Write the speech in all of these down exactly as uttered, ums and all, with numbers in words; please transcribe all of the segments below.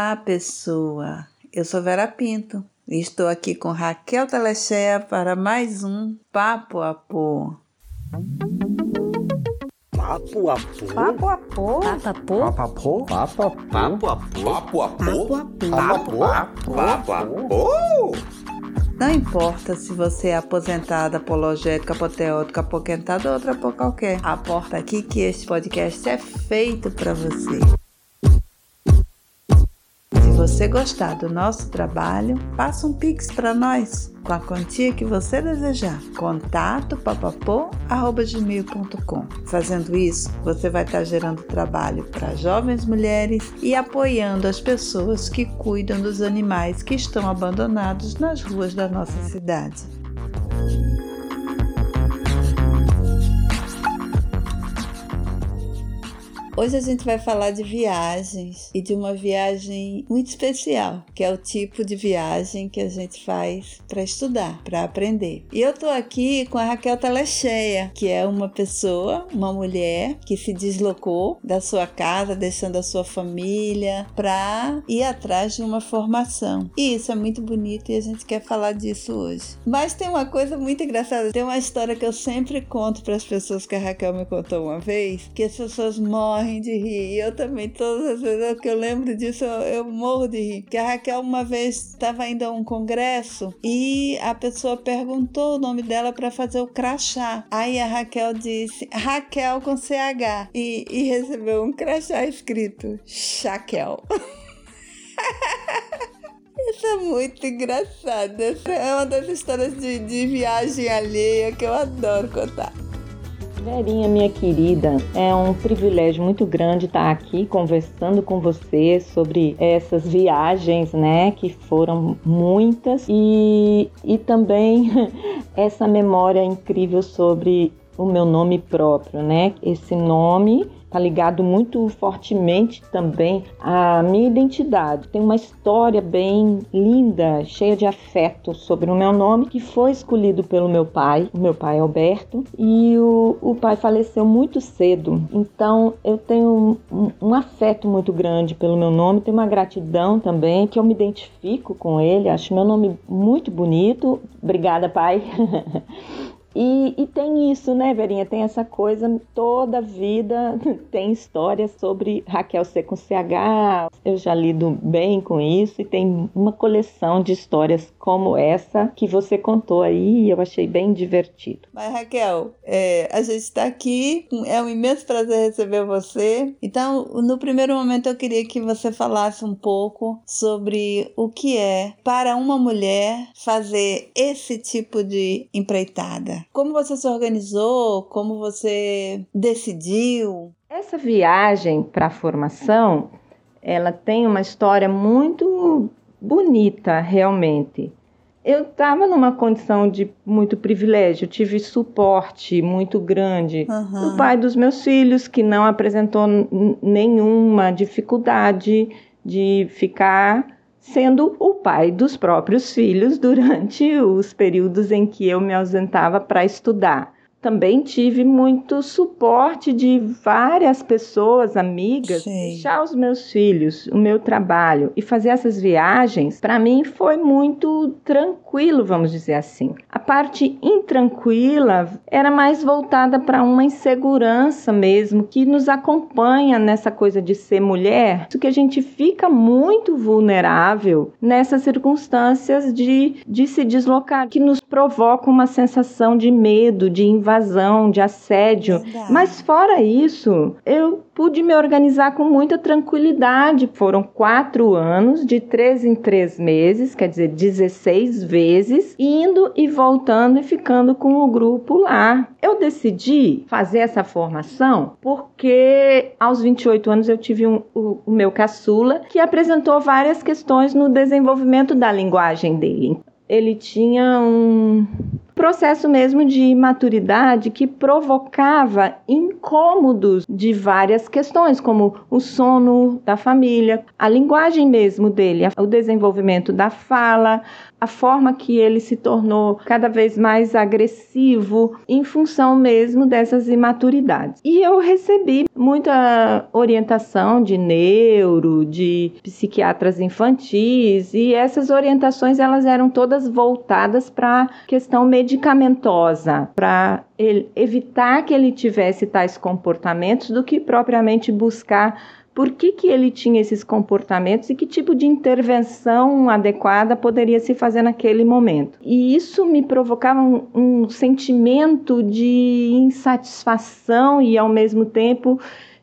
Olá, pessoa! Eu sou Vera Pinto e estou aqui com Raquel Telechea para mais um Papo a Pô. Papo a Pô? Papo a Pô? Papo a Pô? Papo a Pô? Papo a Pô? Papo a Pô? Papo a Pô? Papo a Pô? Papo a Pô? Não importa se você é aposentada, apologética, apoteótica, apoquentada ou outra por qualquer. Aporta aqui que este podcast é feito para você. Se você gostar do nosso trabalho, passa um pix para nós, com a quantia que você desejar. Contato papapô arroba gmail ponto com. Fazendo isso, você vai estar gerando trabalho para jovens mulheres e apoiando as pessoas que cuidam dos animais que estão abandonados nas ruas da nossa cidade. Hoje a gente vai falar de viagens e de uma viagem muito especial, que é o tipo de viagem que a gente faz para estudar, para aprender. E eu tô aqui com a Raquel Telechea, que é uma pessoa, uma mulher que se deslocou da sua casa, deixando a sua família, para ir atrás de uma formação. E isso é muito bonito e a gente quer falar disso hoje. Mas tem uma coisa muito engraçada, tem uma história que eu sempre conto para as pessoas que a Raquel me contou uma vez, que as pessoas morrem de rir, e eu também, todas as vezes que eu lembro disso, eu, eu morro de rir, que a Raquel uma vez estava indo a um congresso e a pessoa perguntou o nome dela para fazer o crachá, aí a Raquel disse Raquel com C H e, e recebeu um crachá escrito Chaquel. Isso é muito engraçado, essa é uma das histórias de, de viagem alheia que eu adoro contar. Verinha, minha querida, é um privilégio muito grande estar aqui conversando com você sobre essas viagens, né, que foram muitas, e, e também essa memória incrível sobre o meu nome próprio, né? Esse nome está ligado muito fortemente também à minha identidade. Tem uma história bem linda, cheia de afeto sobre o meu nome, que foi escolhido pelo meu pai, o meu pai Alberto, e o, o pai faleceu muito cedo. Então eu tenho um, um afeto muito grande pelo meu nome, tenho uma gratidão também, que eu me identifico com ele, acho meu nome muito bonito. Obrigada, pai. E, e tem isso, né, Verinha? Tem essa coisa, toda a vida tem histórias sobre Raquel C com C H. Eu já lido bem com isso e tem uma coleção de histórias como essa que você contou aí e eu achei bem divertido. Mas, Raquel, é, a gente está aqui, é um imenso prazer receber você. Então, no primeiro momento, eu queria que você falasse um pouco sobre o que é para uma mulher fazer esse tipo de empreitada. Como você se organizou? Como você decidiu? Essa viagem para a formação, ela tem uma história muito bonita, realmente. Eu estava numa condição de muito privilégio, eu tive suporte muito grande Uhum. do pai dos meus filhos, que não apresentou n- nenhuma dificuldade de ficar sendo o pai dos próprios filhos durante os períodos em que eu me ausentava para estudar. Também tive muito suporte de várias pessoas, amigas, Sim. deixar os meus filhos, o meu trabalho e fazer essas viagens, para mim foi muito tranquilo, vamos dizer assim. A parte intranquila era mais voltada para uma insegurança mesmo, que nos acompanha nessa coisa de ser mulher, isso que a gente fica muito vulnerável nessas circunstâncias de, de se deslocar, que nos provoca uma sensação de medo, de invasão, de assédio. Verdade. Mas fora isso, eu pude me organizar com muita tranquilidade. Foram quatro anos, de três em três meses, quer dizer, dezesseis vezes, indo e voltando e ficando com o grupo lá. Eu decidi fazer essa formação porque aos vinte e oito anos eu tive um, o, o meu caçula, que apresentou várias questões no desenvolvimento da linguagem dele. Ele tinha um... processo mesmo de imaturidade que provocava incômodos de várias questões, como o sono da família, a linguagem mesmo dele, o desenvolvimento da fala, a forma que ele se tornou cada vez mais agressivo em função mesmo dessas imaturidades. E eu recebi muita orientação de neuro, de psiquiatras infantis, e essas orientações elas eram todas voltadas para a questão medicamentosa, para evitar que ele tivesse tais comportamentos do que propriamente buscar por que, que ele tinha esses comportamentos e que tipo de intervenção adequada poderia se fazer naquele momento. E isso me provocava um, um sentimento de insatisfação e, ao mesmo tempo,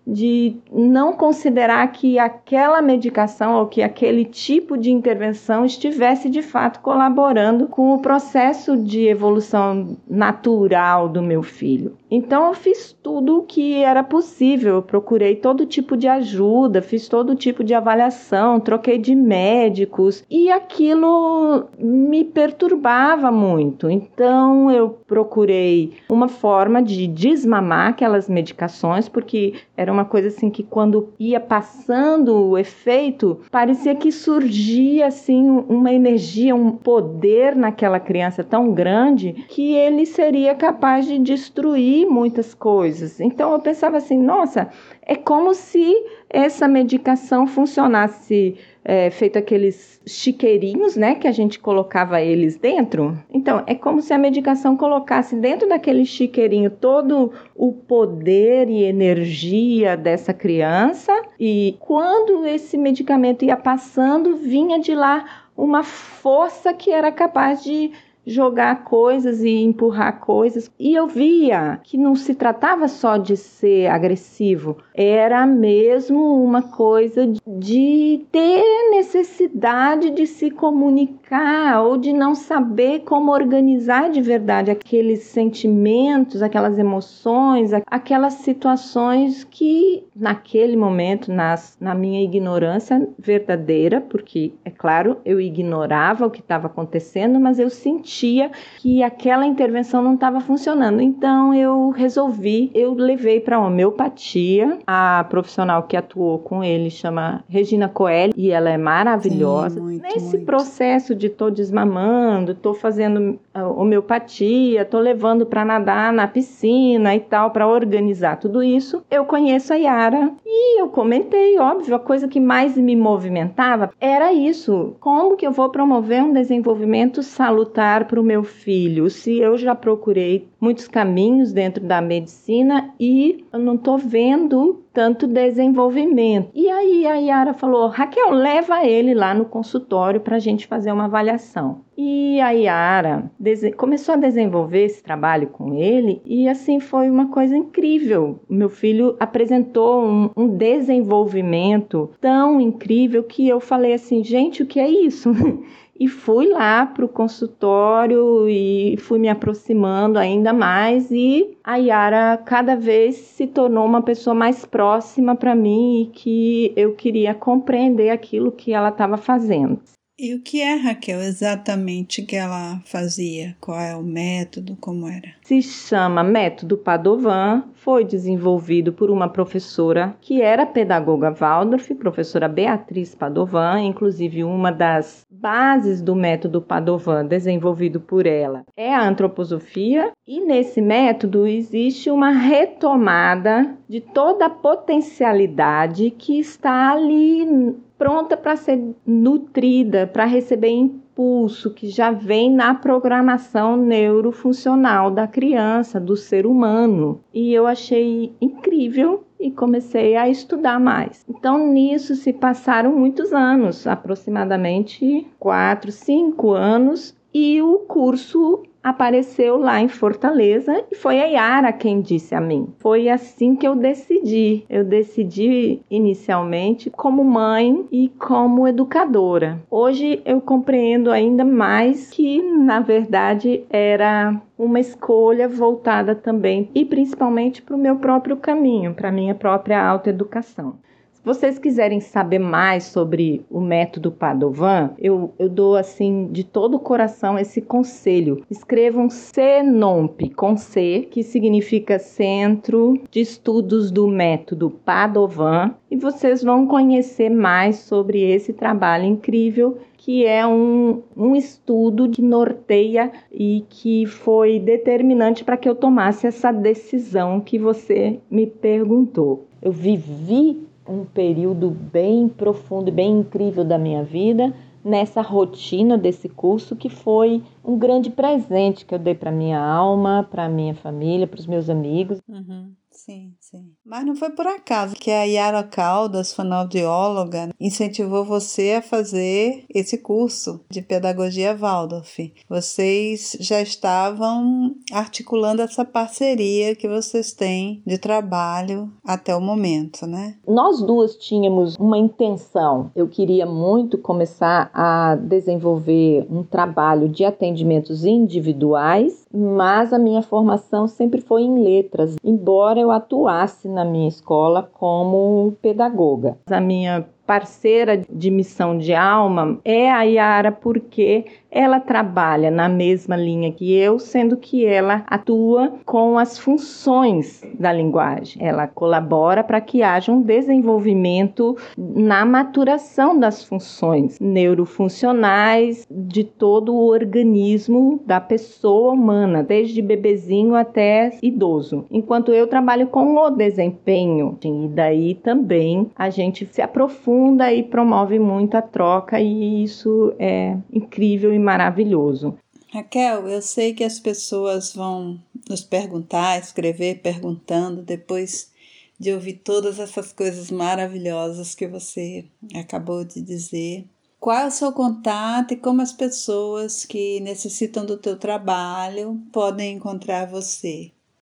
de não considerar que aquela medicação ou que aquele tipo de intervenção estivesse de fato colaborando com o processo de evolução natural do meu filho. Então eu fiz tudo o que era possível, eu procurei todo tipo de ajuda, fiz todo tipo de avaliação, troquei de médicos e aquilo me perturbava muito. Então eu procurei uma forma de desmamar aquelas medicações, porque era uma coisa assim que quando ia passando o efeito, parecia que surgia assim uma energia, um poder naquela criança tão grande que ele seria capaz de destruir muitas coisas. Então eu pensava assim, nossa, é como se essa medicação funcionasse é, feito aqueles chiqueirinhos, né, que a gente colocava eles dentro. Então, é como se a medicação colocasse dentro daquele chiqueirinho todo o poder e energia dessa criança, e quando esse medicamento ia passando, vinha de lá uma força que era capaz de jogar coisas e empurrar coisas. E eu via que não se tratava só de ser agressivo, era mesmo uma coisa de ter necessidade de se comunicar ou de não saber como organizar de verdade aqueles sentimentos, aquelas emoções, aquelas situações que naquele momento, nas, na minha ignorância verdadeira, porque, é claro, eu ignorava o que estava acontecendo, mas eu sentia que aquela intervenção não estava funcionando. Então eu resolvi, eu levei para a homeopatia, a profissional que atuou com ele chama Regina Coelho e ela é maravilhosa. Sim, muito, Nesse muito. processo de tô desmamando, tô fazendo homeopatia, tô levando para nadar na piscina e tal, para organizar tudo isso, eu conheço a Yara e eu comentei, óbvio, a coisa que mais me movimentava era isso. Como que eu vou promover um desenvolvimento salutar para o meu filho, se eu já procurei muitos caminhos dentro da medicina e eu não estou vendo tanto desenvolvimento. E aí a Yara falou, Raquel, leva ele lá no consultório para a gente fazer uma avaliação. E a Yara dese- começou a desenvolver esse trabalho com ele e assim foi uma coisa incrível. Meu filho apresentou um, um desenvolvimento tão incrível que eu falei assim, gente, o que é isso? E fui lá para o consultório e fui me aproximando ainda mais e a Yara cada vez se tornou uma pessoa mais próxima para mim e que eu queria compreender aquilo que ela estava fazendo. E o que é, Raquel, exatamente que ela fazia? Qual é o método, como era? Se chama Método Padovan, foi desenvolvido por uma professora que era pedagoga Waldorf, professora Beatriz Padovan, inclusive uma das bases do método Padovan desenvolvido por ela é a antroposofia, e nesse método existe uma retomada de toda a potencialidade que está ali pronta para ser nutrida, para receber impulso, que já vem na programação neurofuncional da criança, do ser humano. E eu achei incrível e comecei a estudar mais. Então, nisso se passaram muitos anos, aproximadamente quatro, cinco anos, e o curso apareceu lá em Fortaleza e foi a Yara quem disse a mim. Foi assim que eu decidi. Eu decidi inicialmente como mãe e como educadora. Hoje eu compreendo ainda mais que, na verdade, era uma escolha voltada também e principalmente para o meu próprio caminho, para a minha própria autoeducação. vocês quiserem saber mais sobre o método Padovan, eu, eu dou assim de todo o coração esse conselho. Escrevam CENOMP, com C, que significa Centro de Estudos do Método Padovan, e vocês vão conhecer mais sobre esse trabalho incrível, que é um, um estudo que norteia e que foi determinante para que eu tomasse essa decisão que você me perguntou. Eu vivi um período bem profundo e bem incrível da minha vida nessa rotina desse curso, que foi um grande presente que eu dei para minha alma, para minha família, para os meus amigos. Uhum. Sim, sim. Mas não foi por acaso que a Yara Caldas, fonoaudióloga, incentivou você a fazer esse curso de pedagogia Waldorf. Vocês já estavam articulando essa parceria que vocês têm de trabalho até o momento, né? Nós duas tínhamos uma intenção. Eu queria muito começar a desenvolver um trabalho de atendimentos individuais, mas a minha formação sempre foi em letras, embora eu atuasse na minha escola como pedagoga. A minha parceira de missão de alma é a Yara, porque ela trabalha na mesma linha que eu, sendo que ela atua com as funções da linguagem. Ela colabora para que haja um desenvolvimento na maturação das funções neurofuncionais de todo o organismo da pessoa humana, desde bebezinho até idoso. Enquanto eu trabalho com o desempenho, e daí também a gente se aprofunda e promove muito a troca, e isso é incrível e maravilhoso. Raquel, eu sei que as pessoas vão nos perguntar, escrever perguntando, depois de ouvir todas essas coisas maravilhosas que você acabou de dizer. Qual é o seu contato e como as pessoas que necessitam do teu trabalho podem encontrar você?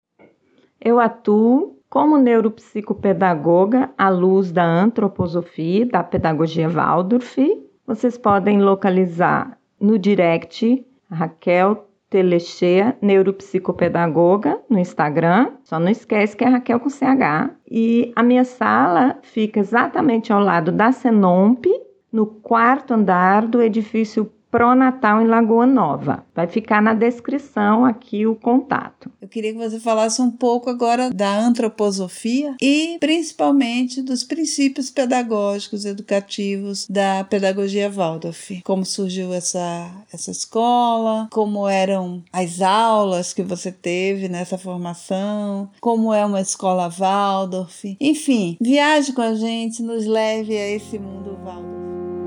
Eu atuo como neuropsicopedagoga à luz da antroposofia, da pedagogia Waldorf. Vocês podem localizar no direct Raquel Telechea, neuropsicopedagoga, no Instagram. Só não esquece que é Raquel com C H. E a minha sala fica exatamente ao lado da CENOMP, no quarto andar do edifício Pronatal em Lagoa Nova. Vai ficar na descrição aqui o contato. Eu queria que você falasse um pouco agora da antroposofia e principalmente dos princípios pedagógicos educativos da pedagogia Waldorf. Como surgiu essa, essa escola, como eram as aulas que você teve nessa formação, como é uma escola Waldorf. Enfim, viaje com a gente, nos leve a esse mundo Waldorf.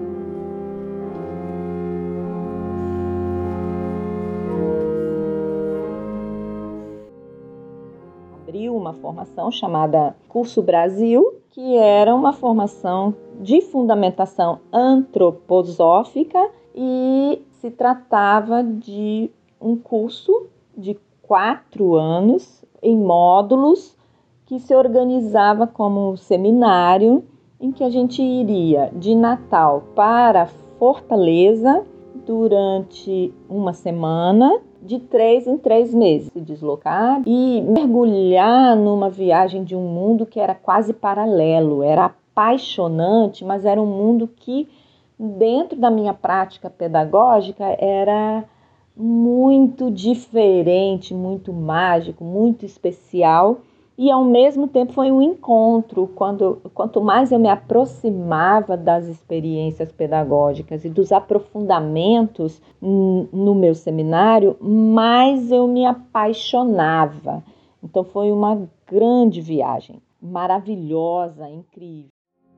Uma formação chamada Curso Brasil, que era uma formação de fundamentação antroposófica, e se tratava de um curso de quatro anos em módulos que se organizava como seminário, em que a gente iria de Natal para Fortaleza durante uma semana, de três em três meses, se deslocar e mergulhar numa viagem de um mundo que era quase paralelo, era apaixonante, mas era um mundo que, dentro da minha prática pedagógica, era muito diferente, muito mágico, muito especial. E, ao mesmo tempo, foi um encontro. Quando, quanto mais eu me aproximava das experiências pedagógicas e dos aprofundamentos no meu seminário, mais eu me apaixonava. Então, foi uma grande viagem, maravilhosa, incrível.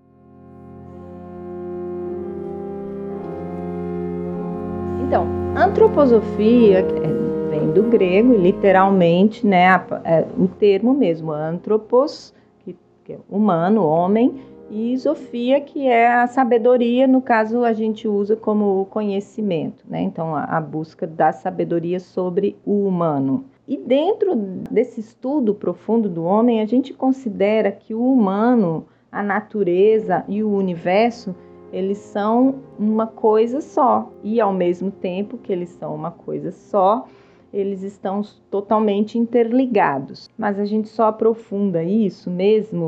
Então, antroposofia vem do grego, literalmente, né, é, o termo mesmo, antropos, que, que é humano, homem, e sofia, que é a sabedoria, no caso a gente usa como conhecimento, né? Então a, a busca da sabedoria sobre o humano. E dentro desse estudo profundo do homem, a gente considera que o humano, a natureza e o universo, eles são uma coisa só, e ao mesmo tempo que eles são uma coisa só, eles estão totalmente interligados. Mas a gente só aprofunda isso mesmo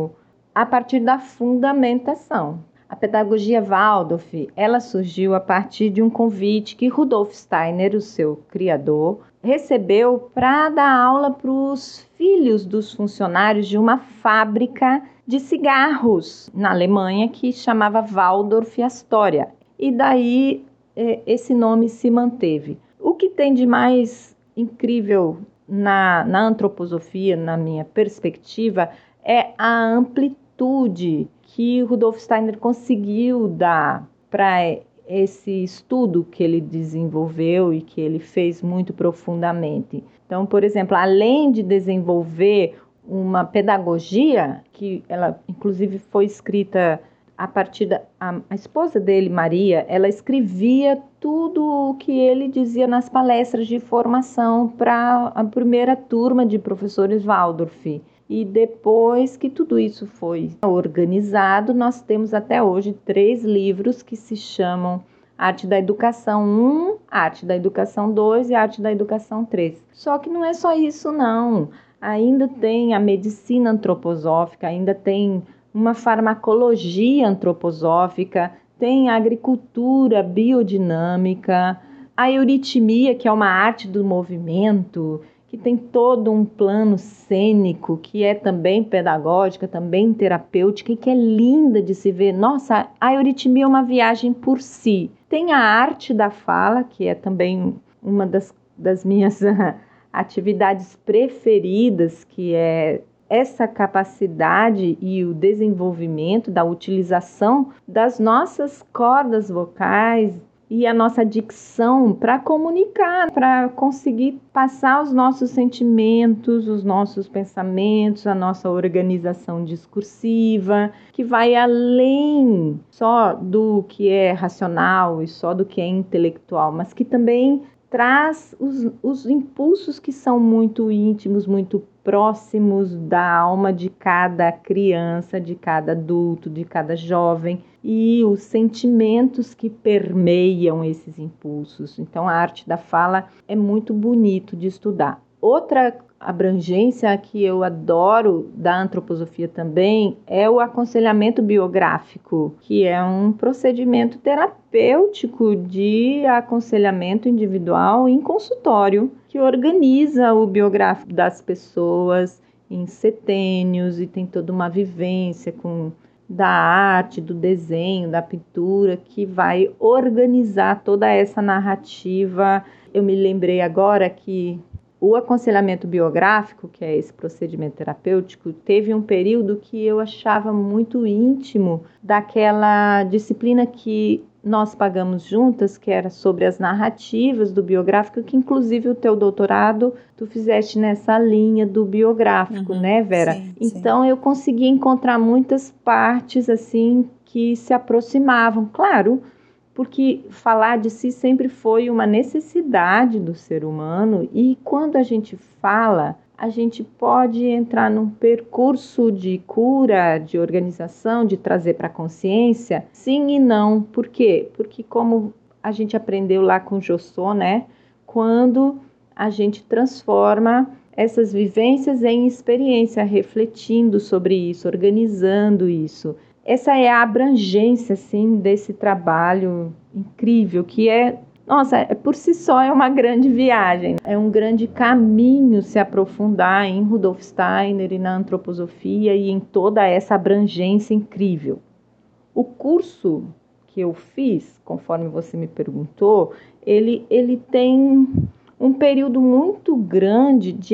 a partir da fundamentação. A pedagogia Waldorf, ela surgiu a partir de um convite que Rudolf Steiner, o seu criador, recebeu para dar aula para os filhos dos funcionários de uma fábrica de cigarros na Alemanha que chamava Waldorf Astoria. E daí esse nome se manteve. O que tem de mais incrível na, na antroposofia, na minha perspectiva, é a amplitude que Rudolf Steiner conseguiu dar para esse estudo que ele desenvolveu e que ele fez muito profundamente. Então, por exemplo, além de desenvolver uma pedagogia, que ela inclusive foi escrita a partir da a, a esposa dele, Maria, ela escrevia tudo o que ele dizia nas palestras de formação para a primeira turma de professores Waldorf. E depois que tudo isso foi organizado, nós temos até hoje três livros que se chamam Arte da Educação um, Arte da Educação dois e Arte da Educação três. Só que não é só isso, não. Ainda tem a medicina antroposófica, ainda tem uma farmacologia antroposófica, tem a agricultura biodinâmica, a euritmia, que é uma arte do movimento, que tem todo um plano cênico, que é também pedagógica, também terapêutica e que é linda de se ver. Nossa, a euritmia é uma viagem por si. Tem a arte da fala, que é também uma das, das minhas atividades preferidas, que é essa capacidade e o desenvolvimento da utilização das nossas cordas vocais e a nossa dicção para comunicar, para conseguir passar os nossos sentimentos, os nossos pensamentos, a nossa organização discursiva, que vai além só do que é racional e só do que é intelectual, mas que também traz os, os impulsos que são muito íntimos, muito próximos da alma de cada criança, de cada adulto, de cada jovem, e os sentimentos que permeiam esses impulsos. Então, a arte da fala é muito bonito de estudar. Outra abrangência que eu adoro da antroposofia também é o aconselhamento biográfico, que é um procedimento terapêutico de aconselhamento individual em consultório, que organiza o biográfico das pessoas em setênios e tem toda uma vivência com da arte, do desenho, da pintura, que vai organizar toda essa narrativa. Eu me lembrei agora que o aconselhamento biográfico, que é esse procedimento terapêutico, teve um período que eu achava muito íntimo daquela disciplina que nós pagamos juntas, que era sobre as narrativas do biográfico, que inclusive o teu doutorado tu fizeste nessa linha do biográfico, uhum, né, Vera? Sim, então sim. Eu consegui encontrar muitas partes assim que se aproximavam, claro, porque falar de si sempre foi uma necessidade do ser humano, e quando a gente fala, a gente pode entrar num percurso de cura, de organização, de trazer para a consciência, sim e não. Por quê? Porque como a gente aprendeu lá com o Jossô, né? Quando a gente transforma essas vivências em experiência, refletindo sobre isso, organizando isso. Essa é a abrangência, assim, desse trabalho incrível, que é, nossa, por si só é uma grande viagem. É um grande caminho se aprofundar em Rudolf Steiner e na antroposofia e em toda essa abrangência incrível. O curso que eu fiz, conforme você me perguntou, ele, ele tem um período muito grande de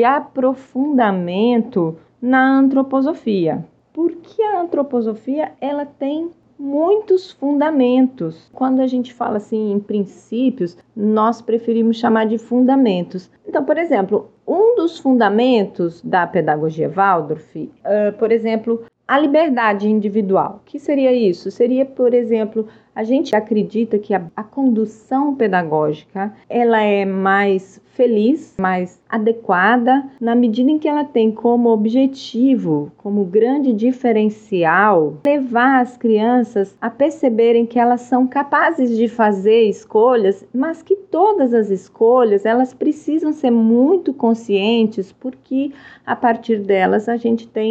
aprofundamento na antroposofia. Porque a antroposofia, ela tem muitos fundamentos. Quando a gente fala assim em princípios, nós preferimos chamar de fundamentos. Então, por exemplo, um dos fundamentos da pedagogia Waldorf, uh, por exemplo, a liberdade individual. O que seria isso? Seria, por exemplo, a gente acredita que a, a condução pedagógica ela é mais feliz, mais adequada, na medida em que ela tem como objetivo, como grande diferencial, levar as crianças a perceberem que elas são capazes de fazer escolhas, mas que todas as escolhas elas precisam ser muito conscientes, porque a partir delas a gente tem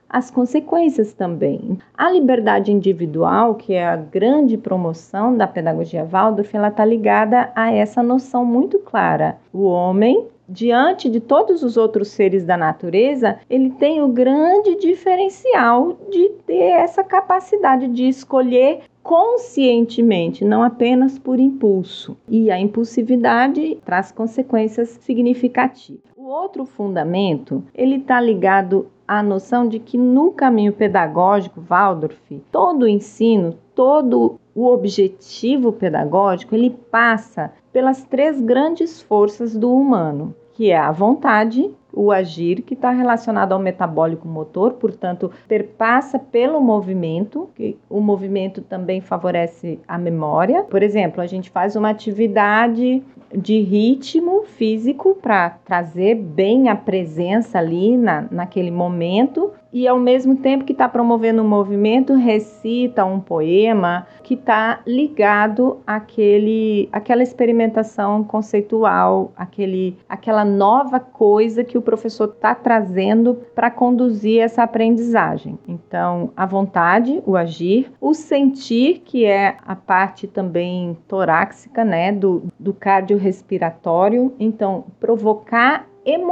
as consequências também. A liberdade individual, que é a grande promoção da pedagogia Waldorf, ela está ligada a essa noção muito clara. O homem, diante de todos os outros seres da natureza, ele tem o grande diferencial de ter essa capacidade de escolher conscientemente, não apenas por impulso. E a impulsividade traz consequências significativas. O outro fundamento, ele está ligado à noção de que no caminho pedagógico Waldorf, todo o ensino, todo o objetivo pedagógico, ele passa pelas três grandes forças do humano, que é a vontade, o agir, que está relacionado ao metabólico motor, portanto, perpassa pelo movimento, que o movimento também favorece a memória. Por exemplo, a gente faz uma atividade de ritmo físico para trazer bem a presença ali na, naquele momento, e ao mesmo tempo que está promovendo o movimento, recita um poema que está ligado àquele, àquela experimentação conceitual, àquele, àquela nova coisa que o professor está trazendo para conduzir essa aprendizagem. Então, a vontade, o agir, o sentir, que é a parte também torácica, né, do, do cardiorrespiratório. Então, provocar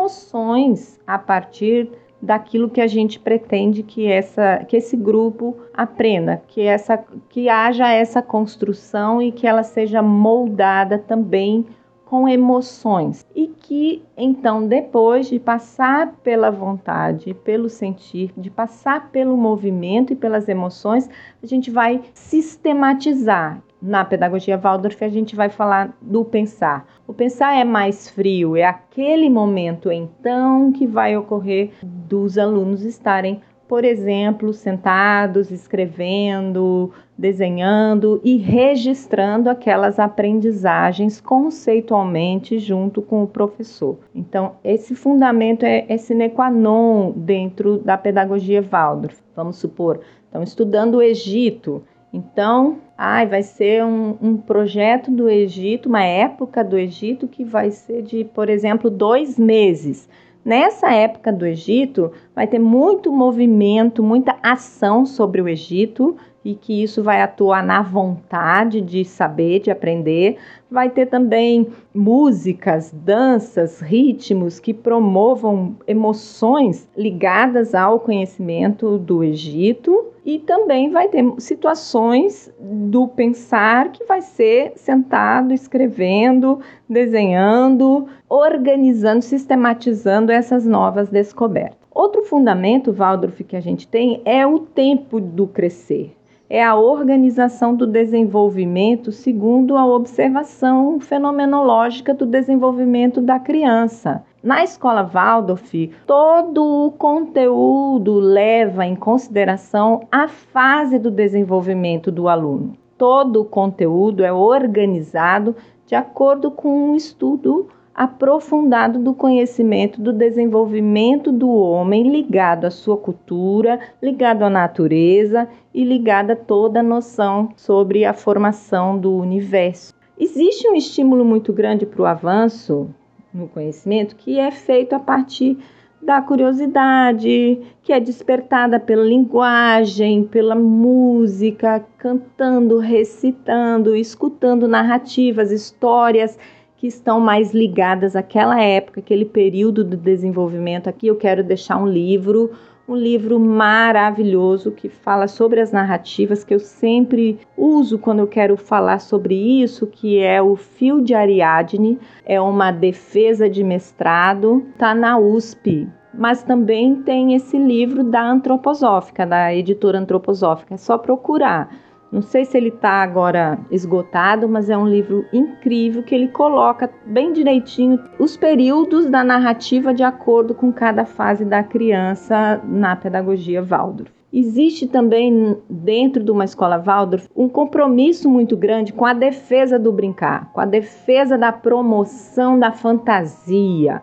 emoções a partir daquilo que a gente pretende que, essa, que esse grupo aprenda, que, essa, que haja essa construção e que ela seja moldada também com emoções. E que, então, depois de passar pela vontade, pelo sentir, de passar pelo movimento e pelas emoções, a gente vai sistematizar. Na pedagogia Waldorf, a gente vai falar do pensar. O pensar é mais frio, é aquele momento, então, que vai ocorrer dos alunos estarem, por exemplo, sentados, escrevendo, desenhando e registrando aquelas aprendizagens conceitualmente junto com o professor. Então, esse fundamento é, é sine qua non dentro da pedagogia Waldorf. Vamos supor, estão estudando o Egito. Então, ai, vai ser um, um projeto do Egito, uma época do Egito que vai ser de, por exemplo, dois meses. Nessa época do Egito, vai ter muito movimento, muita ação sobre o Egito, e que isso vai atuar na vontade de saber, de aprender. Vai ter também músicas, danças, ritmos que promovam emoções ligadas ao conhecimento do Egito. E também vai ter situações do pensar que vai ser sentado, escrevendo, desenhando, organizando, sistematizando essas novas descobertas. Outro fundamento, Waldorf, que a gente tem é o tempo do crescer. É a organização do desenvolvimento segundo a observação fenomenológica do desenvolvimento da criança. Na escola Waldorf, todo o conteúdo leva em consideração a fase do desenvolvimento do aluno. Todo o conteúdo é organizado de acordo com um estudo aprofundado do conhecimento do desenvolvimento do homem ligado à sua cultura, ligado à natureza e ligado a toda a noção sobre a formação do universo. Existe um estímulo muito grande para o avanço no conhecimento que é feito a partir da curiosidade, que é despertada pela linguagem, pela música, cantando, recitando, escutando narrativas, histórias que estão mais ligadas àquela época, aquele período do desenvolvimento. Aqui eu quero deixar um livro, um livro maravilhoso que fala sobre as narrativas, que eu sempre uso quando eu quero falar sobre isso, que é o Fio de Ariadne, é uma defesa de mestrado, está na U S P. Mas também tem esse livro da Antroposófica, da editora Antroposófica, é só procurar. Não sei se ele está agora esgotado, mas é um livro incrível que ele coloca bem direitinho os períodos da narrativa de acordo com cada fase da criança na pedagogia Waldorf. Existe também dentro de uma escola Waldorf um compromisso muito grande com a defesa do brincar, com a defesa da promoção da fantasia,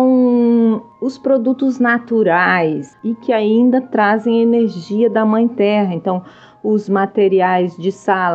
com os produtos naturais e que ainda trazem energia da Mãe Terra. Então, os materiais de sala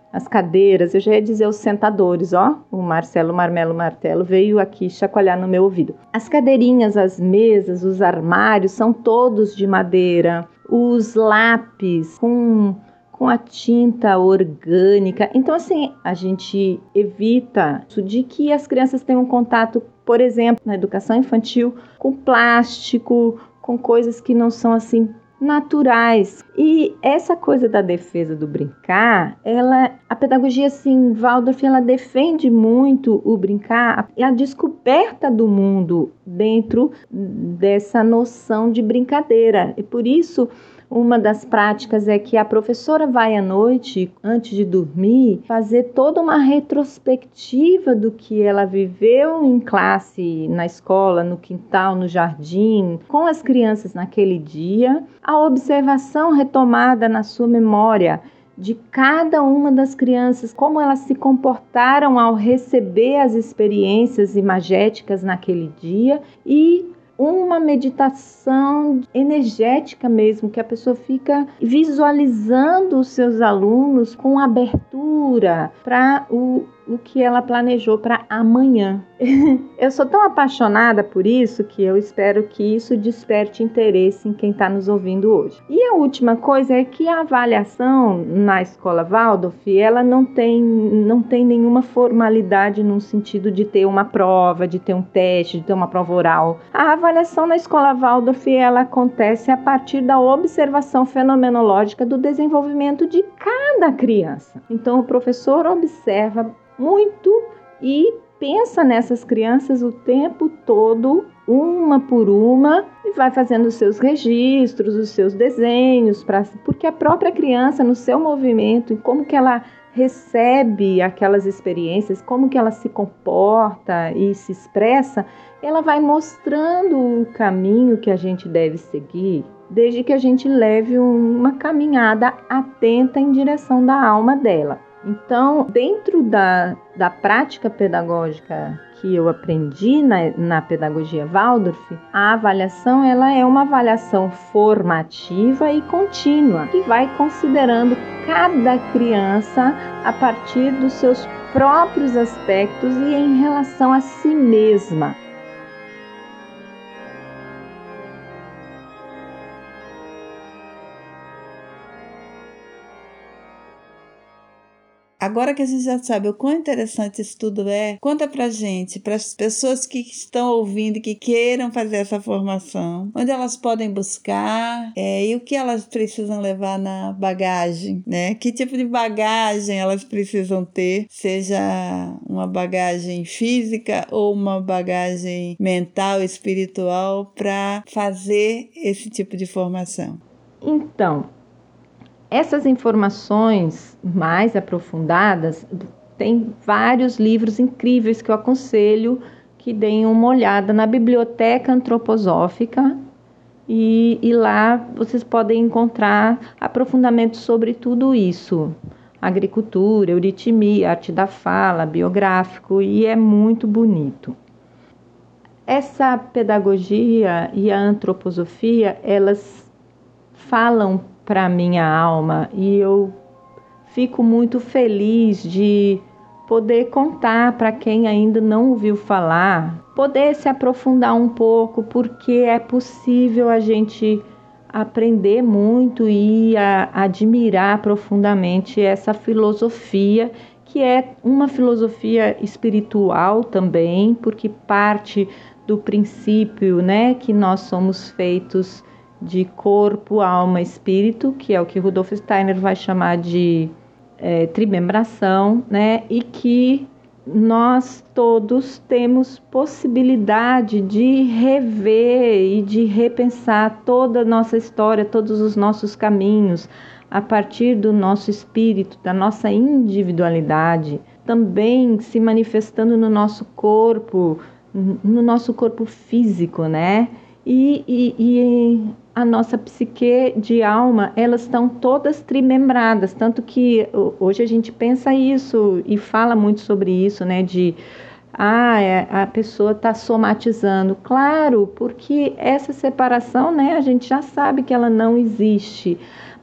as cadeiras, eu já ia dizer os sentadores, ó, o Marcelo Marmelo Martelo veio aqui chacoalhar no meu ouvido. As cadeirinhas, as mesas, os armários são todos de madeira, os lápis com, com a tinta orgânica. Então, assim, a gente evita isso de que as crianças tenham contato, por exemplo, na educação infantil, com plástico, com coisas que não são assim naturais. E essa coisa da defesa do brincar, ela, a pedagogia assim, Waldorf, ela defende muito o brincar e a descoberta do mundo dentro dessa noção de brincadeira. E por isso, uma das práticas é que a professora vai à noite, antes de dormir, fazer toda uma retrospectiva do que ela viveu em classe, na escola, no quintal, no jardim, com as crianças naquele dia, a observação retomada na sua memória de cada uma das crianças, como elas se comportaram ao receber as experiências imagéticas naquele dia e uma meditação energética mesmo, que a pessoa fica visualizando os seus alunos com abertura para o, o que ela planejou para amanhã. Eu sou tão apaixonada por isso que eu espero que isso desperte interesse em quem está nos ouvindo hoje. E a última coisa é que a avaliação na escola Waldorf, ela não tem, não tem nenhuma formalidade no sentido de ter uma prova, de ter um teste, de ter uma prova oral. A avaliação na escola Waldorf, ela acontece a partir da observação fenomenológica do desenvolvimento de cada criança. Então, o professor observa muito e pensa nessas crianças o tempo todo, uma por uma, e vai fazendo os seus registros, os seus desenhos, pra, porque a própria criança, no seu movimento, e como que ela recebe aquelas experiências, como que ela se comporta e se expressa, ela vai mostrando o caminho que a gente deve seguir, desde que a gente leve uma caminhada atenta em direção da alma dela. Então, dentro da, da prática pedagógica que eu aprendi na, na pedagogia Waldorf, a avaliação ela é uma avaliação formativa e contínua, que vai considerando cada criança a partir dos seus próprios aspectos e em relação a si mesma. Agora que a gente já sabe o quão interessante isso tudo é, conta pra gente, para as pessoas que estão ouvindo e que queiram fazer essa formação, onde elas podem buscar é, e o que elas precisam levar na bagagem, né? Que tipo de bagagem elas precisam ter, seja uma bagagem física ou uma bagagem mental, espiritual, para fazer esse tipo de formação. Então, essas informações mais aprofundadas, tem vários livros incríveis que eu aconselho que deem uma olhada na Biblioteca Antroposófica e, e lá vocês podem encontrar aprofundamento sobre tudo isso. Agricultura, euritmia, arte da fala, biográfico, e é muito bonito. Essa pedagogia e a antroposofia, elas falam para a minha alma e eu fico muito feliz de poder contar para quem ainda não ouviu falar, poder se aprofundar um pouco, porque é possível a gente aprender muito e a, admirar profundamente essa filosofia, que é uma filosofia espiritual também, porque parte do princípio, né, que nós somos feitos de corpo, alma, espírito, que é o que Rudolf Steiner vai chamar de é, trimembração, né? E que nós todos temos possibilidade de rever e de repensar toda a nossa história, todos os nossos caminhos, a partir do nosso espírito, da nossa individualidade, também se manifestando no nosso corpo, no nosso corpo físico, né? E, e, e a nossa psique de alma, elas estão todas trimembradas, tanto que hoje a gente pensa isso e fala muito sobre isso, né, de ah, é, a pessoa está somatizando. Claro, porque essa separação, né, a gente já sabe que ela não existe,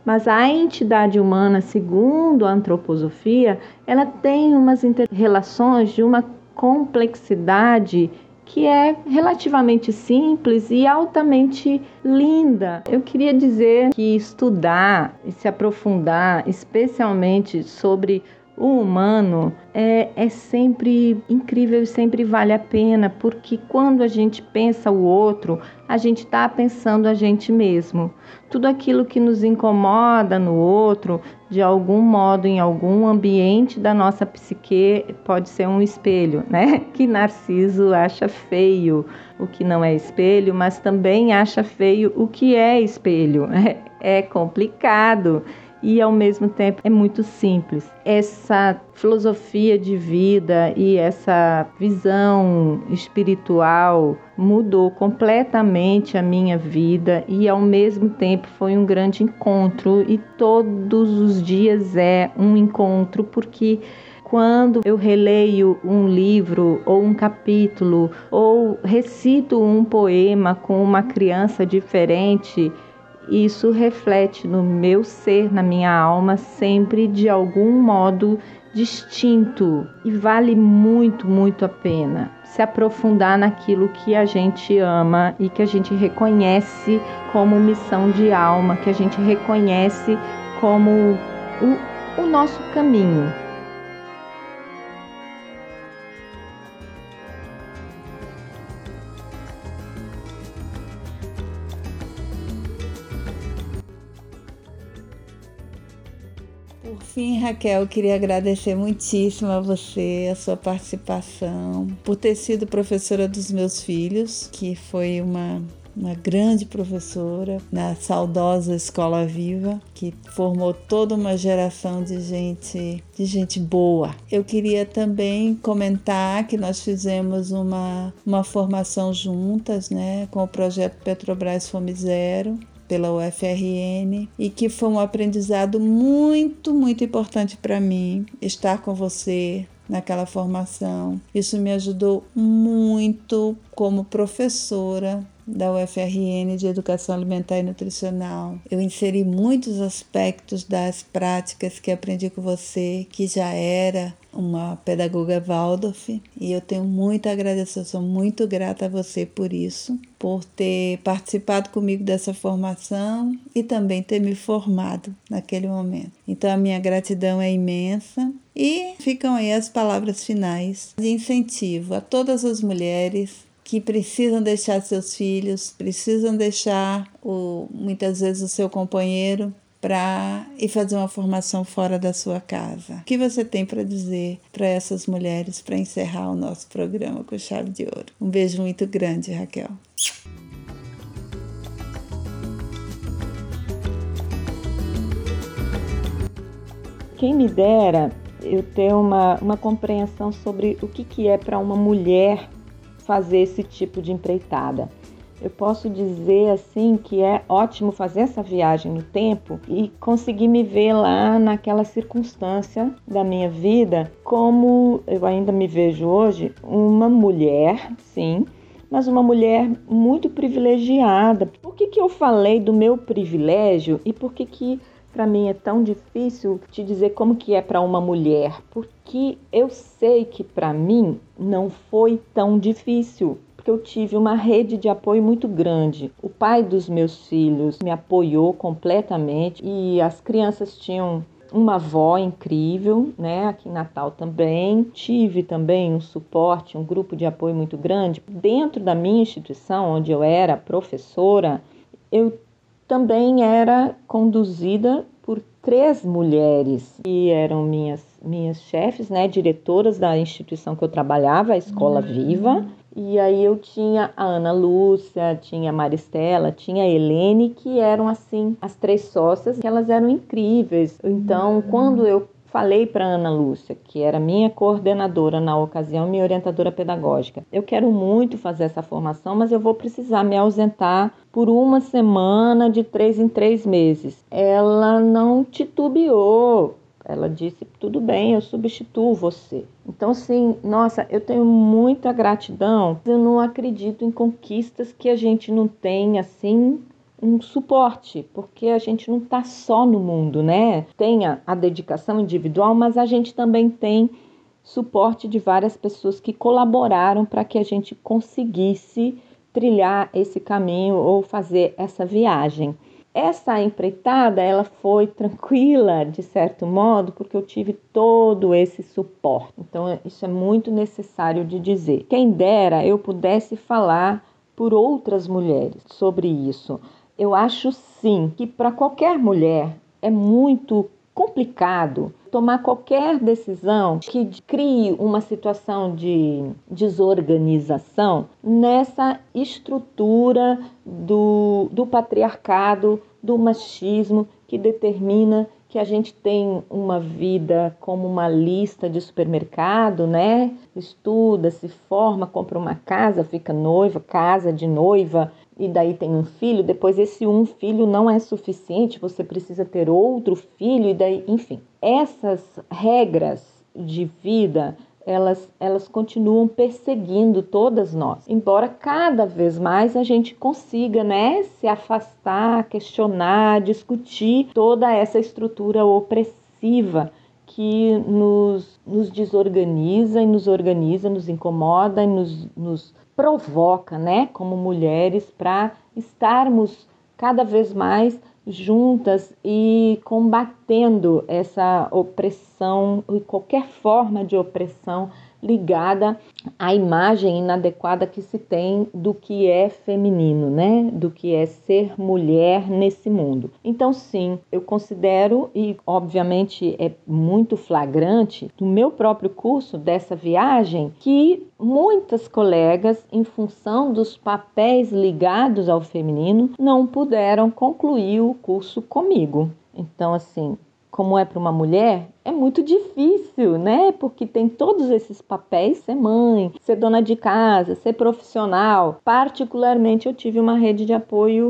Mas a entidade humana, segundo a antroposofia, ela tem umas inter-relações de uma complexidade que é relativamente simples e altamente linda. Eu queria dizer que estudar e se aprofundar, especialmente sobre o humano, é, é sempre incrível e sempre vale a pena, porque quando a gente pensa o outro, a gente está pensando a gente mesmo. Tudo aquilo que nos incomoda no outro, de algum modo, em algum ambiente da nossa psique, pode ser um espelho, né? Que Narciso acha feio o que não é espelho, mas também acha feio o que é espelho. É complicado. E, ao mesmo tempo, é muito simples. Essa filosofia de vida e essa visão espiritual mudou completamente a minha vida e, ao mesmo tempo, foi um grande encontro. E todos os dias é um encontro, porque quando eu releio um livro ou um capítulo ou recito um poema com uma criança diferente, isso reflete no meu ser, na minha alma, sempre de algum modo distinto. E vale muito, muito a pena se aprofundar naquilo que a gente ama e que a gente reconhece como missão de alma, que a gente reconhece como o, o nosso caminho. Por fim, Raquel, eu queria agradecer muitíssimo a você, a sua participação, por ter sido professora dos meus filhos, que foi uma, uma grande professora na saudosa Escola Viva, que formou toda uma geração de gente, de gente boa. Eu queria também comentar que nós fizemos uma, uma formação juntas, né, com o projeto Petrobras Fome Zero, pela U F R N, e que foi um aprendizado muito, muito importante para mim estar com você naquela formação. Isso me ajudou muito como professora da U F R N de Educação Alimentar e Nutricional. Eu inseri muitos aspectos das práticas que aprendi com você, que já era uma pedagoga Waldorf, e eu tenho muito a agradecer, eu sou muito grata a você por isso, por ter participado comigo dessa formação e também ter me formado naquele momento. Então a minha gratidão é imensa e ficam aí as palavras finais de incentivo a todas as mulheres que precisam deixar seus filhos, precisam deixar o, muitas vezes o seu companheiro para ir fazer uma formação fora da sua casa. O que você tem para dizer para essas mulheres para encerrar o nosso programa com chave de ouro? Um beijo muito grande, Raquel. Quem me dera eu ter uma, uma compreensão sobre o que, que é para uma mulher fazer esse tipo de empreitada. Eu posso dizer assim que é ótimo fazer essa viagem no tempo e conseguir me ver lá naquela circunstância da minha vida, como eu ainda me vejo hoje, uma mulher, sim, mas uma mulher muito privilegiada. Por que que eu falei do meu privilégio e por que que para mim é tão difícil te dizer como que é para uma mulher? Porque eu sei que para mim não foi tão difícil. Porque eu tive uma rede de apoio muito grande. O pai dos meus filhos me apoiou completamente e as crianças tinham uma avó incrível, né? Aqui em Natal também. Tive também um suporte, um grupo de apoio muito grande. Dentro da minha instituição, onde eu era professora, eu também era conduzida por três mulheres que eram minhas, minhas chefes, né? Diretoras da instituição que eu trabalhava, a Escola Viva. E aí eu tinha a Ana Lúcia, tinha a Maristela, tinha a Helene, que eram assim, as três sócias, que elas eram incríveis. Então, quando eu falei para a Ana Lúcia, que era minha coordenadora na ocasião, minha orientadora pedagógica, eu quero muito fazer essa formação, mas eu vou precisar me ausentar por uma semana, de três em três meses. Ela não titubeou. Ela disse, tudo bem, eu substituo você. Então, assim, nossa, eu tenho muita gratidão. Eu não acredito em conquistas que a gente não tem, assim, um suporte, porque a gente não está só no mundo, né? Tem a, a dedicação individual, mas a gente também tem suporte de várias pessoas que colaboraram para que a gente conseguisse trilhar esse caminho ou fazer essa viagem. Essa empreitada, ela foi tranquila, de certo modo, porque eu tive todo esse suporte. Então, isso é muito necessário de dizer. Quem dera eu pudesse falar por outras mulheres sobre isso. Eu acho, sim, que para qualquer mulher é muito complicado tomar qualquer decisão que crie uma situação de desorganização nessa estrutura do, do patriarcado, do machismo, que determina que a gente tem uma vida como uma lista de supermercado, né? Estuda, se forma, compra uma casa, fica noiva, casa de noiva, e daí tem um filho. Depois esse um filho não é suficiente, você precisa ter outro filho, e daí, enfim. Essas regras de vida, elas, elas continuam perseguindo todas nós. Embora cada vez mais a gente consiga, né, se afastar, questionar, discutir toda essa estrutura opressiva que nos, nos desorganiza e nos organiza, nos incomoda e nos, nos provoca, né, como mulheres, para estarmos cada vez mais juntas e combatendo essa opressão e qualquer forma de opressão ligada à imagem inadequada que se tem do que é feminino, né? Do que é ser mulher nesse mundo. Então, sim, eu considero, e obviamente é muito flagrante do meu próprio curso, dessa viagem, que muitas colegas, em função dos papéis ligados ao feminino, não puderam concluir o curso comigo. Então, assim, como é para uma mulher, é muito difícil, né? Porque tem todos esses papéis, ser mãe, ser dona de casa, ser profissional. Particularmente, eu tive uma rede de apoio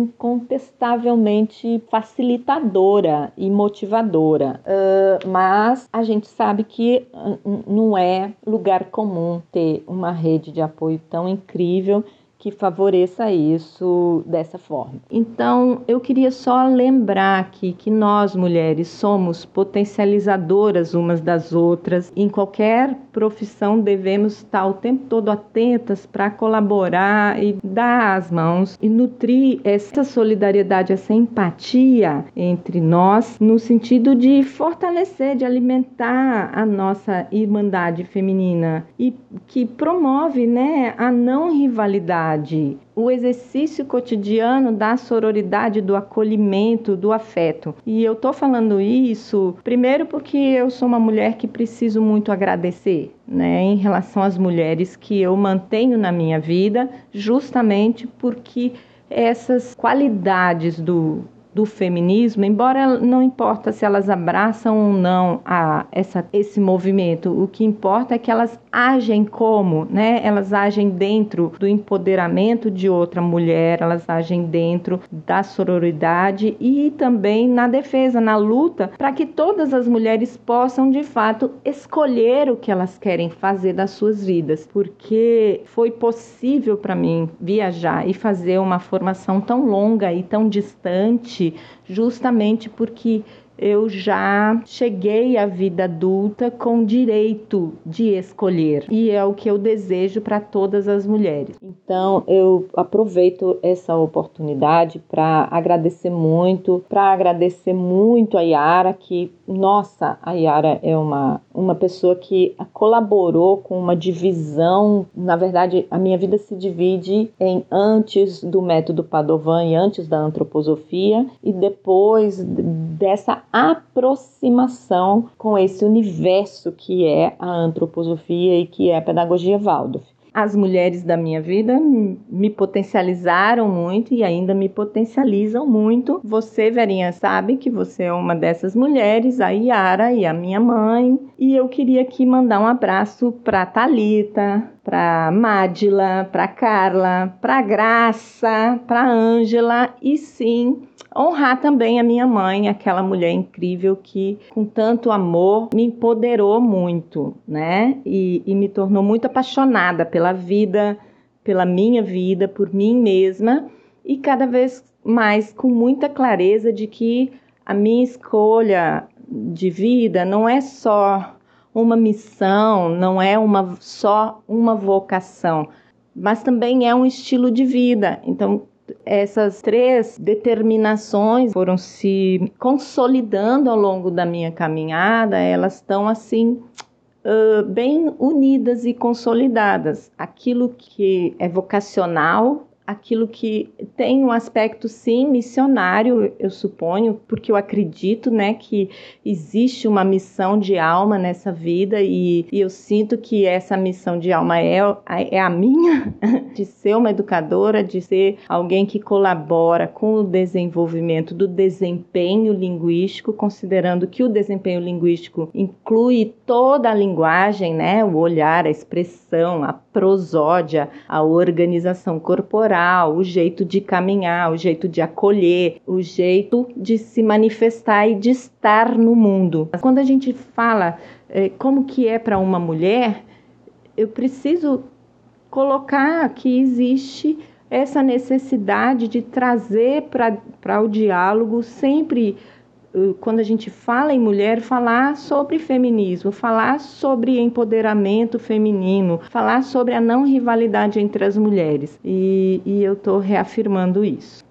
incontestavelmente facilitadora e motivadora. Uh, mas a gente sabe que uh, não é lugar comum ter uma rede de apoio tão incrível que favoreça isso dessa forma. Então, eu queria só lembrar aqui que nós, mulheres, somos potencializadoras umas das outras. Em qualquer profissão, devemos estar o tempo todo atentas para colaborar e dar as mãos e nutrir essa solidariedade, essa empatia entre nós, no sentido de fortalecer, de alimentar a nossa irmandade feminina e que promove, né, a não rivalidade, o exercício cotidiano da sororidade, do acolhimento, do afeto. E eu tô falando isso, primeiro porque eu sou uma mulher que preciso muito agradecer, né, em relação às mulheres que eu mantenho na minha vida, justamente porque essas qualidades do do feminismo, embora não importa se elas abraçam ou não a essa, esse movimento, o que importa é que elas agem como, né? Elas agem dentro do empoderamento de outra mulher, elas agem dentro da sororidade e também na defesa, na luta, para que todas as mulheres possam, de fato, escolher o que elas querem fazer das suas vidas, porque foi possível para mim viajar e fazer uma formação tão longa e tão distante, justamente porque eu já cheguei à vida adulta com direito de escolher, e é o que eu desejo para todas as mulheres. Então eu aproveito essa oportunidade para agradecer muito, para agradecer muito a Yara, que, nossa, a Yara é uma, uma pessoa que colaborou com uma divisão. Na verdade, a minha vida se divide em antes do método Padovan e antes da antroposofia, e depois dessa aproximação com esse universo que é a antroposofia e que é a pedagogia Waldorf. As mulheres da minha vida me potencializaram muito e ainda me potencializam muito. Você, Verinha, sabe que você é uma dessas mulheres, a Yara e a minha mãe. E eu queria aqui mandar um abraço para Thalita, para Mádila, para Carla, para Graça, para Ângela e, sim, honrar também a minha mãe, aquela mulher incrível que, com tanto amor, me empoderou muito, né? E, e me tornou muito apaixonada pela vida, pela minha vida, por mim mesma. E cada vez mas com muita clareza de que a minha escolha de vida não é só uma missão, não é uma, só uma vocação, mas também é um estilo de vida. Então, essas três determinações foram se consolidando ao longo da minha caminhada, elas estão assim uh, bem unidas e consolidadas. Aquilo que é vocacional, aquilo que tem um aspecto, sim, missionário, eu suponho, porque eu acredito, né, que existe uma missão de alma nessa vida e, e eu sinto que essa missão de alma é, é a minha, de ser uma educadora, de ser alguém que colabora com o desenvolvimento do desempenho linguístico, considerando que o desempenho linguístico inclui toda a linguagem, né, o olhar, a expressão, a prosódia, a organização corporal, o jeito de caminhar, o jeito de acolher, o jeito de se manifestar e de estar no mundo. Quando a gente fala eh, como que é para uma mulher, eu preciso colocar que existe essa necessidade de trazer para o diálogo sempre, quando a gente fala em mulher, falar sobre feminismo, falar sobre empoderamento feminino, falar sobre a não rivalidade entre as mulheres. E, e eu estou reafirmando isso.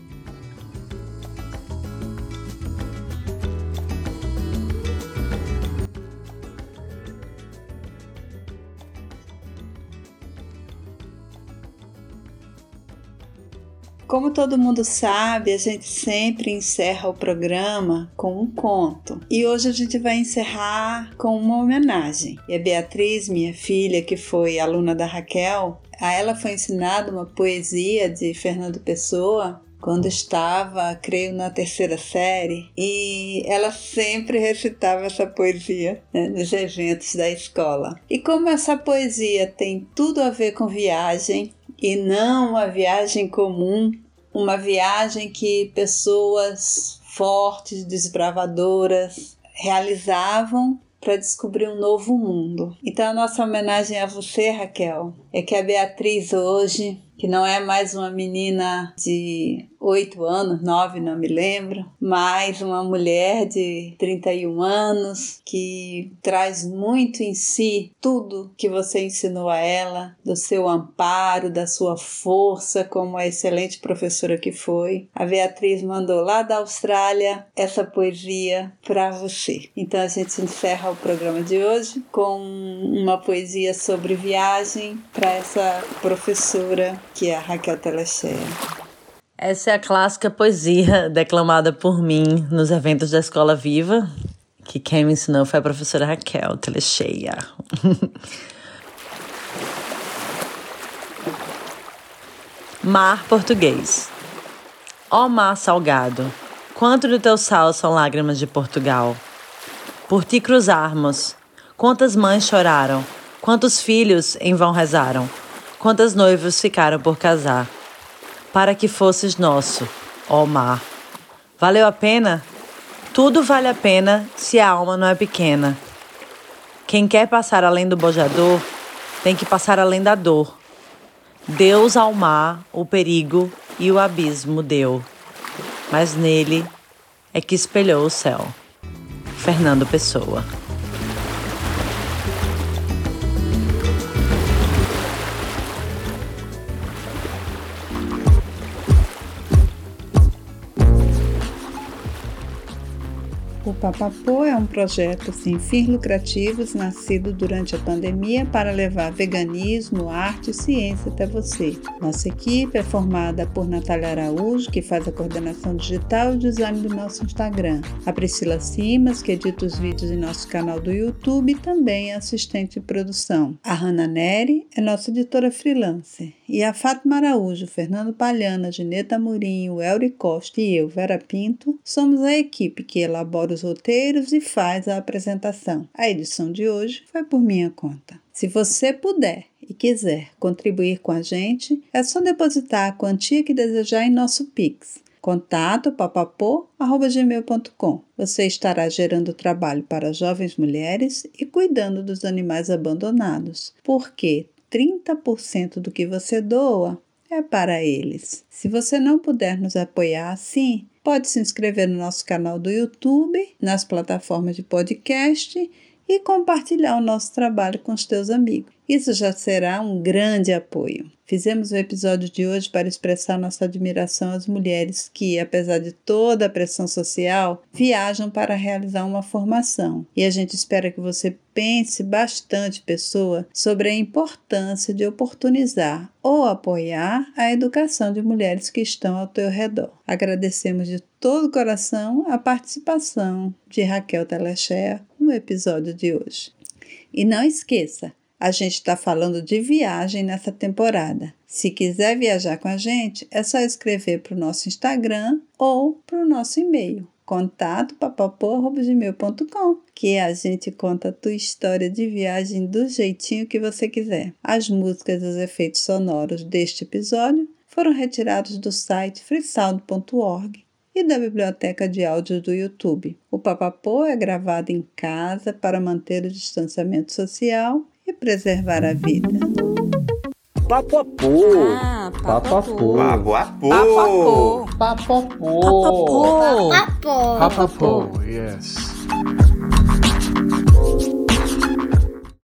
Como todo mundo sabe, a gente sempre encerra o programa com um conto. E hoje a gente vai encerrar com uma homenagem. E a Beatriz, minha filha, que foi aluna da Raquel, a ela foi ensinada uma poesia de Fernando Pessoa quando estava, creio, na terceira série, e ela sempre recitava essa poesia, né, nos eventos da escola. E como essa poesia tem tudo a ver com viagem, e não uma viagem comum, uma viagem que pessoas fortes, desbravadoras realizavam para descobrir um novo mundo. Então a nossa homenagem a você, Raquel, é que a Beatriz hoje, que não é mais uma menina de oito anos, nove, não me lembro, mas uma mulher de trinta e um anos que traz muito em si tudo que você ensinou a ela, do seu amparo, da sua força como a excelente professora que foi. A Beatriz mandou lá da Austrália essa poesia para você. Então a gente encerra o programa de hoje com uma poesia sobre viagem para essa professora que é a Raquel Telechea. Essa é a clássica poesia declamada por mim nos eventos da Escola Viva, que quem me ensinou foi a professora Raquel Telechea. Mar português. Ó mar salgado, quanto do teu sal são lágrimas de Portugal. Por ti cruzarmos, quantas mães choraram, quantos filhos em vão rezaram, quantas noivos ficaram por casar. Para que fosses nosso, ó mar. Valeu a pena? Tudo vale a pena se a alma não é pequena. Quem quer passar além do bojador, tem que passar além da dor. Deus ao mar o perigo e o abismo deu, mas nele é que espelhou o céu. Fernando Pessoa. O Papapô é um projeto sem fins lucrativos nascido durante a pandemia para levar veganismo, arte e ciência até você. Nossa equipe é formada por Natália Araújo, que faz a coordenação digital e o design do nosso Instagram. A Priscila Simas, que edita os vídeos em nosso canal do YouTube e também é assistente de produção. A Hanna Neri é nossa editora freelancer. E a Fátima Araújo, Fernando Palhana, Gineta Murinho, Elri Costa e eu, Vera Pinto, somos a equipe que elabora os roteiros e faz a apresentação. A edição de hoje foi por minha conta. Se você puder e quiser contribuir com a gente, é só depositar a quantia que desejar em nosso Pix. Contato papapô arroba gmail ponto com. Você estará gerando trabalho para jovens mulheres e cuidando dos animais abandonados, porque trinta por cento do que você doa é é para eles. Se você não puder nos apoiar assim, pode se inscrever no nosso canal do YouTube, nas plataformas de podcast e compartilhar o nosso trabalho com os teus amigos. Isso já será um grande apoio. Fizemos o episódio de hoje para expressar nossa admiração às mulheres que, apesar de toda a pressão social, viajam para realizar uma formação. E a gente espera que você pense bastante, pessoa, sobre a importância de oportunizar ou apoiar a educação de mulheres que estão ao teu redor. Agradecemos de todo o coração a participação de Raquel Telechea no episódio de hoje. E não esqueça, a gente está falando de viagem nessa temporada. Se quiser viajar com a gente, é só escrever para o nosso Instagram ou para o nosso e-mail, contato papapô arroba gmail ponto com, que a gente conta a tua história de viagem do jeitinho que você quiser. As músicas e os efeitos sonoros deste episódio foram retirados do site freesound ponto org e da biblioteca de áudios do YouTube. O Papapô é gravado em casa para manter o distanciamento social e preservar a vida. Papapô. Ah, Papapô. Papapô. Papapô. Papapô. Papapô. Papapô, yes.